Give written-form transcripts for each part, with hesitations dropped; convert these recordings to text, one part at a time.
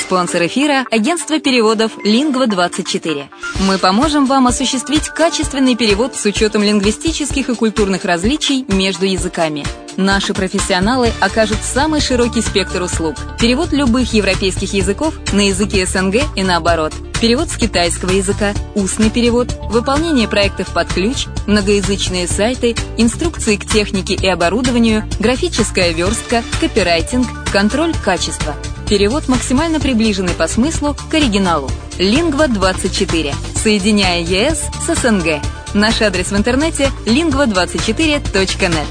Спонсор эфира – агентство переводов Lingva24. Мы поможем вам осуществить качественный перевод с учетом лингвистических и культурных различий между языками. Наши профессионалы окажут самый широкий спектр услуг. Перевод любых европейских языков на языки СНГ и наоборот. Перевод с китайского языка, устный перевод, выполнение проектов под ключ, многоязычные сайты, инструкции к технике и оборудованию, графическая верстка, копирайтинг, контроль качества. Перевод максимально приближенный по смыслу к оригиналу. Lingva24. Соединяя ЕС с СНГ. Наш адрес в интернете lingva24.net.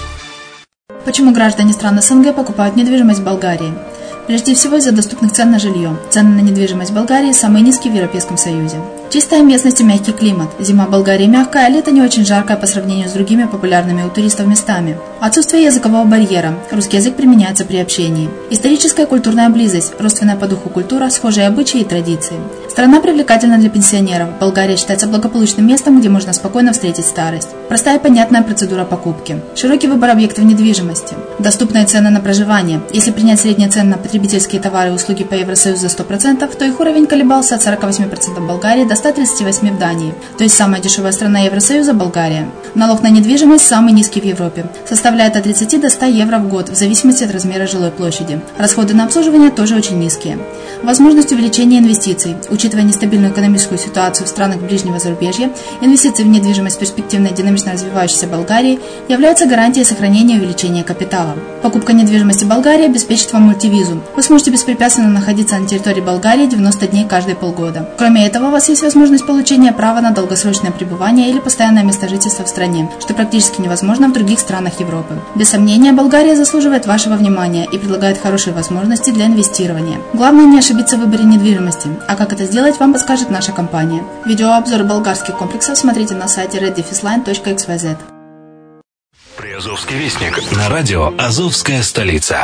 Почему граждане стран СНГ покупают недвижимость в Болгарии? Прежде всего из-за доступных цен на жилье. Цены на недвижимость в Болгарии самые низкие в Европейском Союзе. Чистая местность и мягкий климат. Зима в Болгарии мягкая, а лето не очень жаркое по сравнению с другими популярными у туристов местами. Отсутствие языкового барьера. Русский язык применяется при общении. Историческая и культурная близость. Родственная по духу культура, схожие обычаи и традиции. Страна привлекательна для пенсионеров. Болгария считается благополучным местом, где можно спокойно встретить старость. Простая и понятная процедура покупки. Широкий выбор объектов недвижимости. Доступные цены на проживание. Если принять средние цены на потребительские товары и услуги по Евросоюзу за 100%, то их уровень колебался от 48% в Болгарии до 138% в Дании. То есть самая дешевая страна Евросоюза – Болгария. Налог на недвижимость самый низкий в Европе. Составляет от 30 до 100 евро в год, в зависимости от размера жилой площади. Расходы на обслуживание тоже очень низкие. Возможность увеличения инвестиций. Учитывая нестабильную экономическую ситуацию в странах ближнего зарубежья, инвестиции в недвижимость перспективной и динамично развивающейся Болгарии являются гарантией сохранения и увеличения капитала. Покупка недвижимости в Болгарии обеспечит вам мультивизу. Вы сможете беспрепятственно находиться на территории Болгарии 90 дней каждые полгода. Кроме этого, у вас есть возможность получения права на долгосрочное пребывание или постоянное место жительства в стране, что практически невозможно в других странах Европы. Без сомнения, Болгария заслуживает вашего внимания и предлагает хорошие возможности для инвестирования. Главное не ошибиться в выборе недвижимости, а как это сделать, вам подскажет наша компания. Видеообзор болгарских комплексов смотрите на сайте reddefisline.xyz. Приазовский вестник на радио «Азовская столица».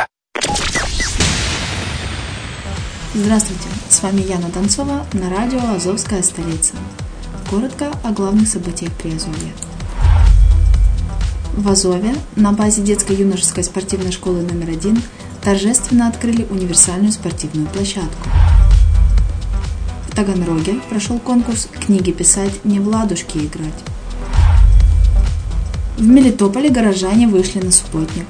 Здравствуйте, с вами Яна Донцова на радио «Азовская столица». Коротко о главных событиях Приазовья. В Азове на базе детско-юношеской спортивной школы номер 1 торжественно открыли универсальную спортивную площадку. В Таганроге прошел конкурс «Книги писать, не в ладушки играть». В Мелитополе горожане вышли на субботник.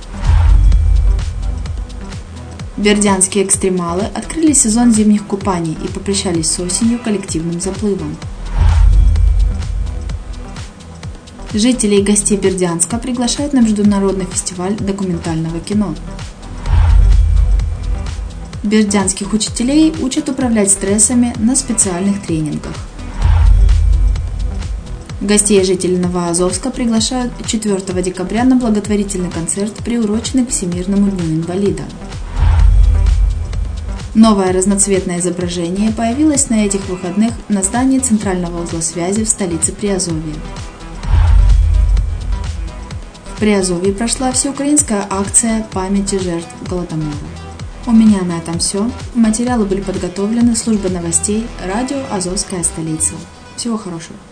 Бердянские экстремалы открыли сезон зимних купаний и попрощались с осенью коллективным заплывом. Жителей и гостей Бердянска приглашают на международный фестиваль документального кино. Бердянских учителей учат управлять стрессами на специальных тренингах. Гостей и жителей Новоазовска приглашают 4 декабря на благотворительный концерт, приуроченный к Всемирному дню инвалида. Новое разноцветное изображение появилось на этих выходных на здании Центрального узла связи в столице Приазовья. В Приазовье прошла всеукраинская акция памяти жертв Голодомора. У меня на этом все. Материалы были подготовлены службой новостей радио «Азовская столица». Всего хорошего.